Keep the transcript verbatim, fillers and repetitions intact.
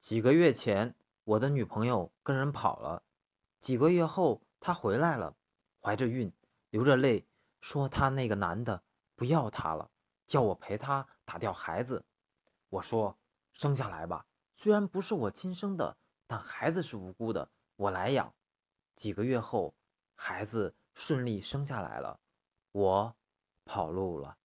几个月前，我的女朋友跟人跑了。几个月后，她回来了，怀着孕，流着泪，说她那个男的不要她了，叫我陪她打掉孩子。我说生下来吧，虽然不是我亲生的，但孩子是无辜的，我来养。几个月后，孩子顺利生下来了，我跑路了。